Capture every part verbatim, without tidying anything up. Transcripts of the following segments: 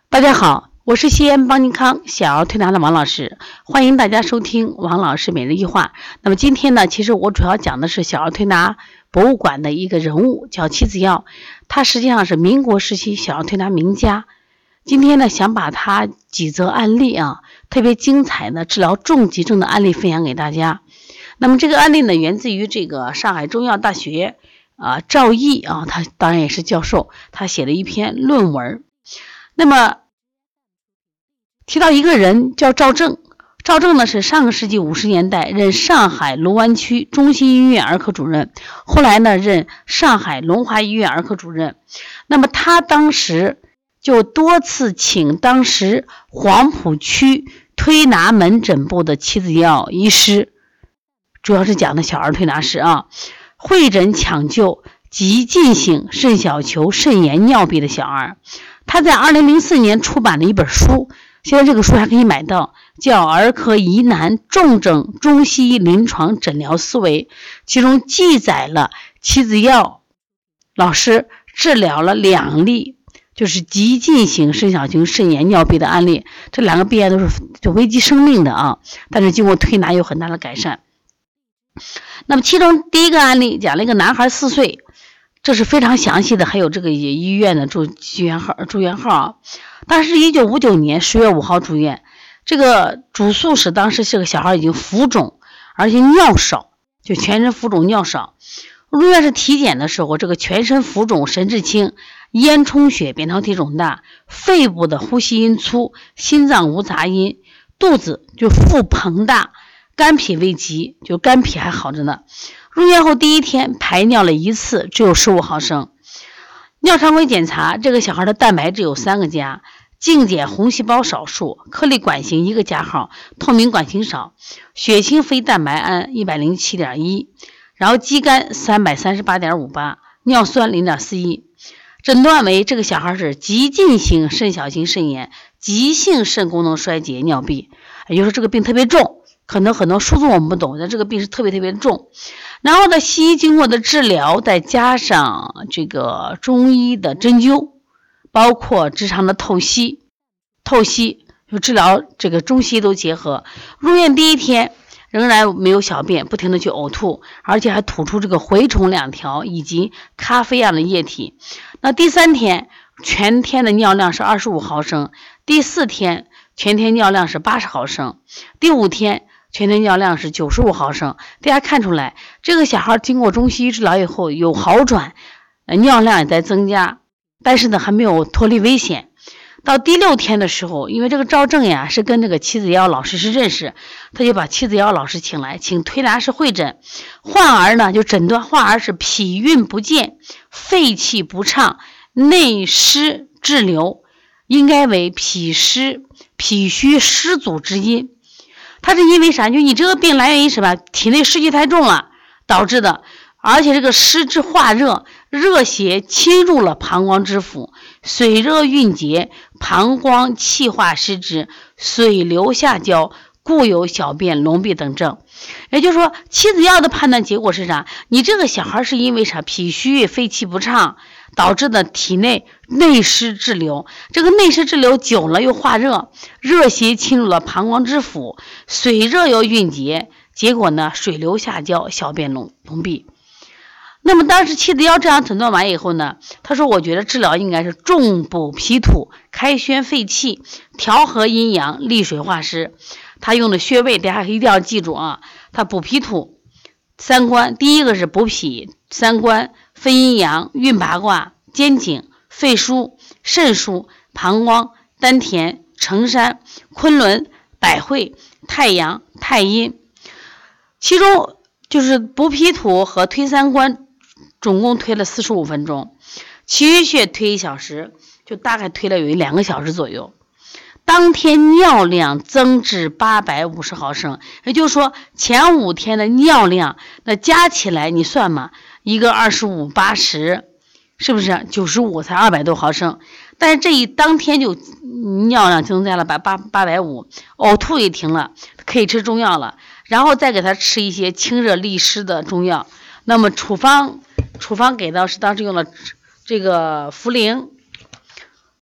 大家好，我是西安邦尼康小儿推拿的王老师，欢迎大家收听王老师每日一话。那么今天呢，其实我主要讲的是小儿推拿博物馆的一个人物，叫妻子药，他实际上是民国时期小儿推拿名家。今天呢，想把他几则案例啊，特别精彩的治疗重疾症的案例分享给大家。那么这个案例呢，源自于这个上海中医药大学啊赵毅啊，他当然也是教授，他写的一篇论文。那么提到一个人叫赵正，赵正呢是上个世纪五十年代任上海卢湾区中心医院儿科主任，后来呢任上海龙华医院儿科主任。那么他当时就多次请当时黄浦区推拿门诊部的妻子药医师，主要是讲的小儿推拿师啊，会诊抢救急进性肾小球肾炎尿闭的小儿。他在二零零四年出版了一本书，现在这个书还可以买到，叫《儿科疑难重症中西医临床诊疗思维》，其中记载了妻子药老师治疗了两例就是急进型肾小球肾炎尿闭的案例，这两个病案都是就危及生命的啊，但是经过推拿有很大的改善。那么其中第一个案例讲了一个男孩四岁，这是非常详细的，还有这个医院的住院号住院号啊。当时一九五九年十月五号住院，这个主诉是当时这个小孩已经浮肿，而且尿少，就全身浮肿尿少。入院是体检的时候，这个全身浮肿神志清，咽充血扁桃体肿大，肺部的呼吸音粗，心脏无杂音，肚子就腹膨大，肝脾未及，就肝脾还好着呢。入院后第一天排尿了一次，只有十五毫升。尿常规检查，这个小孩的蛋白质有三个加，净检红细胞少数，颗粒管型一个加号，透明管型少，血清非蛋白胺 一百零七点一， 然后肌酐 三百三十八点五八， 尿酸 零点四一。诊断为这个小孩是急进型肾小型肾炎，急性肾功能衰竭尿闭，也就是说这个病特别重，可能很多数字我们不懂，但这个病是特别特别重。然后呢，西医经过的治疗，再加上这个中医的针灸，包括直肠的透析，透析就治疗这个中西医都结合。入院第一天仍然没有小便，不停的去呕吐，而且还吐出这个蛔虫两条以及咖啡样的液体。那第三天全天的尿量是二十五毫升，第四天全天尿量是八十毫升，第五天全天尿量是九十五毫升。大家看出来，这个小孩经过中西医治疗以后有好转，呃、尿量也在增加，但是呢还没有脱离危险。到第六天的时候，因为这个赵正呀是跟这个妻子药老师是认识，他就把妻子药老师请来，请推拿师会诊。患儿呢就诊断患儿是脾运不健，肺气不畅，内湿滞留，应该为脾湿脾虚湿阻之因。它是因为啥？就你这个病来源于什么？体内湿气太重了导致的，而且这个湿之化热，热邪侵入了膀胱之府，水热蕴结，膀胱气化失之，水流下焦，故有小便浓闭等症。也就是说，妻子药的判断结果是啥？你这个小孩是因为啥？脾虚肺气不畅导致的体内内湿滞留，这个内湿滞留久了又化热，热邪侵入了膀胱之府，水热又蕴结，结果呢水流下焦，小便浓浓闭。那么当时妻子药这样诊断完以后呢，他说我觉得治疗应该是重补脾土，开宣肺气，调和阴阳，利水化湿。他用的穴位大家一定要记住啊，他补脾土三关，第一个是补脾三关，分阴阳，运八卦，肩颈，肺腧，肾腧，膀胱，丹田，承山，昆仑，百会，太阳，太阴。其中就是补脾土和推三关总共推了四十五分钟，其余穴推一小时，就大概推了有一两个小时左右。当天尿量增至八百五十毫升，也就是说前五天的尿量那加起来你算嘛，一个二十五八十，是不是九十五才二百多毫升？但是这一当天就尿量增加了八八八百五，呕吐也停了，可以吃中药了，然后再给他吃一些清热利湿的中药。那么处方处方给到是当时用了这个茯苓，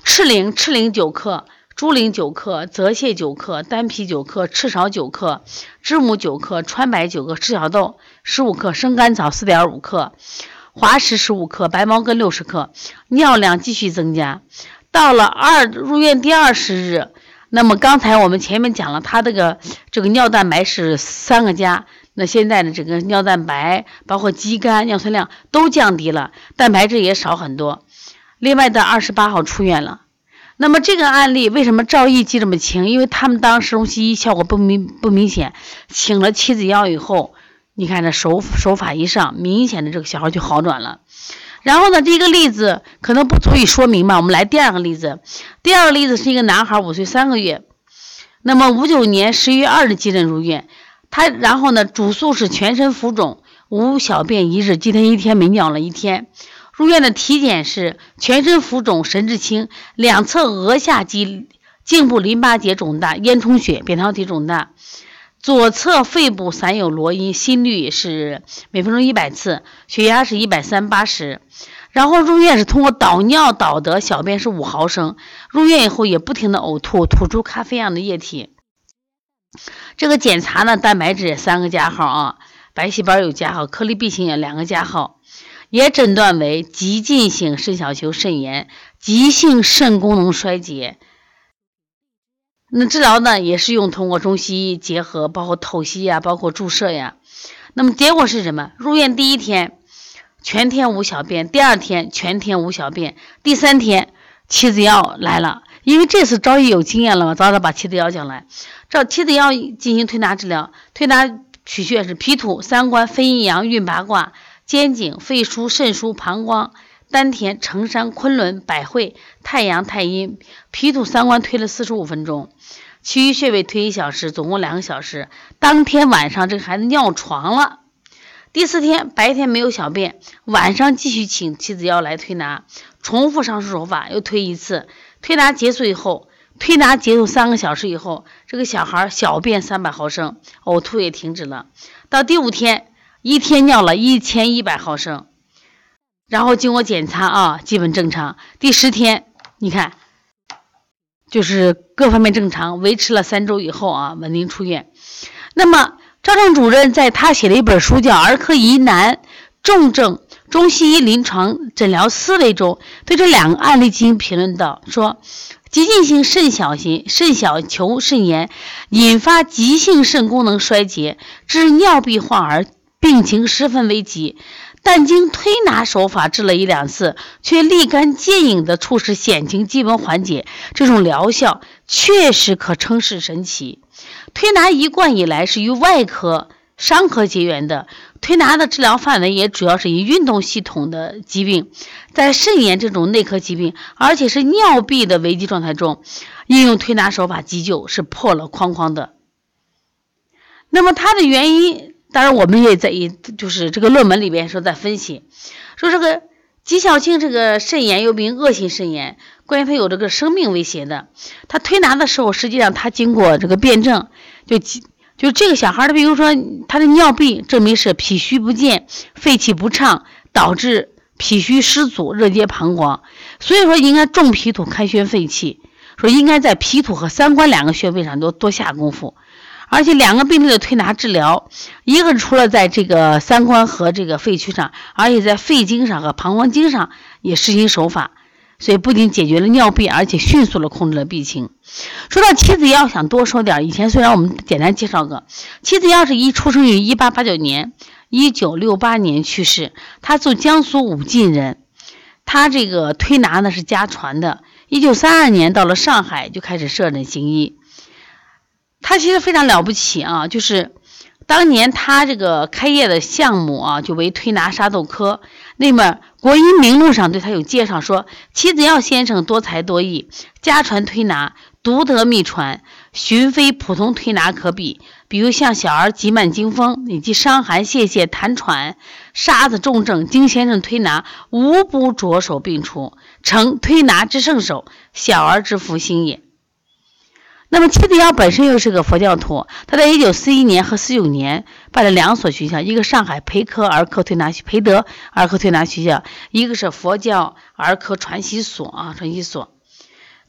赤岭赤岭九克，猪苓九克，泽泻九克，丹皮九克，赤芍九克，知母九克，川白九克，赤小豆十五克，生甘草 四点五 克，滑石十五克，白茅根六十克，尿量继续增加。到了二入院第二十日，那么刚才我们前面讲了，他这个这个尿蛋白是三个加，那现在的这个尿蛋白包括肌酐、尿酸量都降低了，蛋白质也少很多。另外到二十八号出院了。那么这个案例为什么赵毅记这么清？因为他们当时中西医效果不明不明显，请了七子药以后，你看这手手法一上，明显的这个小孩就好转了。然后呢，这个例子可能不足以说明吧，我们来第二个例子。第二个例子是一个男孩，五岁三个月，那么五九年十一月二日急诊入院，他然后呢主诉是全身浮肿，无小便一日，今天一天没尿了一天。入院的体检是全身浮肿，神志清，两侧额下肌颈部淋巴结肿大，烟囱血，扁桃体肿大，左侧肺部散有罗音，心率是每分钟一百次，血压是一百三八十。然后入院是通过导尿导得小便是五毫升，入院以后也不停的呕吐，吐出咖啡样的液体。这个检查呢，蛋白质三个加号啊，白细胞有加号，颗粒 B 型也两个加号。也诊断为急进性肾小球肾炎、急性肾功能衰竭。那治疗呢，也是用通过中西医结合，包括透析呀，包括注射呀。那么结果是什么？入院第一天全天无小便，第二天全天无小便，第三天七子药来了。因为这次赵毅有经验了嘛，早早把七子药讲来。照七子药进行推拿治疗，推拿取穴是脾土、三关、分阴阳、运八卦。肩颈、肺腧、肾腧、膀胱、丹田、承山、昆仑、百会、太阳、太阴，脾土三关推了四十五分钟，其余穴位推一小时，总共两个小时。当天晚上这个孩子尿床了。第四天白天没有小便，晚上继续请七子药来推拿，重复上述手法又推一次。推拿结束以后，推拿结束三个小时以后，这个小孩小便三百毫升，呕吐也停止了。到第五天一天尿了一千一百毫升，然后经过检查啊，基本正常。第十天，你看，就是各方面正常，维持了三周以后啊，稳定出院。那么赵正主任在他写了一本书叫《儿科疑难重症中西医临床诊疗思维》中，对这两个案例进行评论道，说急进性肾小型肾小球肾炎引发急性肾功能衰竭，致尿闭患儿，病情十分危急，但经推拿手法治了一两次，却立竿见影的促使险情基本缓解，这种疗效确实可称是神奇。推拿一贯以来是与外科、伤科结缘的，推拿的治疗范围也主要是以运动系统的疾病，在肾炎这种内科疾病，而且是尿闭的危急状态中，应用推拿手法急救是破了框框的。那么它的原因，当然我们也在就是这个论文里边说在分析，说这个急小性这个肾炎又名恶性肾炎，关于它有这个生命威胁的。他推拿的时候，实际上他经过这个辩证，就就这个小孩的，比如说他的尿闭证明是脾虚不健、肺气不畅，导致脾虚失阻、热结膀胱，所以说应该重脾土开宣肺气，说应该在脾土和三关两个穴位上多多下功夫。而且两个病例的推拿治疗，一个除了在这个三关和这个肺区上，而且在肺经上和膀胱经上也实行手法，所以不仅解决了尿闭，而且迅速的控制了闭情。说到七子药，想多说点，以前虽然我们简单介绍过，七子药是一出生于一八八九年，一九六八年去世，他做江苏武进人，他这个推拿呢是家传的，一九三二年到了上海就开始设诊行医。他其实非常了不起啊，就是当年他这个开业的项目啊，就为推拿沙斗科。那么国医名录上对他有介绍说，七子药先生多才多艺，家传推拿，独得秘传，寻非普通推拿可比。比如像小儿急慢惊风以及伤寒泄泻痰喘沙子重症，经先生推拿无不着手并出，成推拿之圣手，小儿之福星也。那么七子药本身又是个佛教徒，他在一九四一年和四九年办了两所学校，一个上海培科儿科推拿培德儿科推拿学校，一个是佛教儿科传习所啊传习所。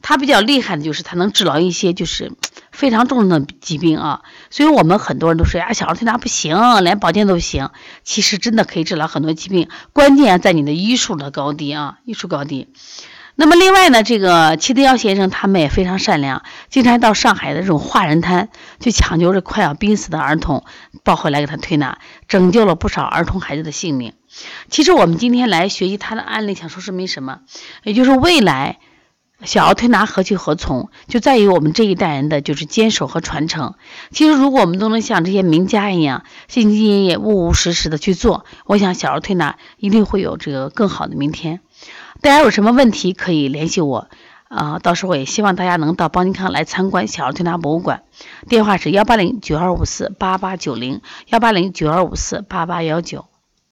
它比较厉害的就是它能治疗一些就是非常重的疾病啊。所以我们很多人都说呀，小儿推拿不行，连保健都行。其实真的可以治疗很多疾病，关键在你的医术的高低啊，医术高低。那么另外呢，这个齐德尧先生他们也非常善良，经常到上海的这种华人摊去抢救着快要濒死的儿童，抱回来给他推拿，拯救了不少儿童孩子的性命。其实我们今天来学习他的案例，想说说明什么？也就是未来小儿推拿何去何从，就在于我们这一代人的就是坚守和传承。其实如果我们都能像这些名家一样兢兢业业、务务实实的去做，我想小儿推拿一定会有这个更好的明天。大家有什么问题可以联系我啊、呃，到时候我也希望大家能到邦尼康来参观小儿推拿博物馆，电话是幺八零九二五四八八九零，幺八零九二五四八八幺九。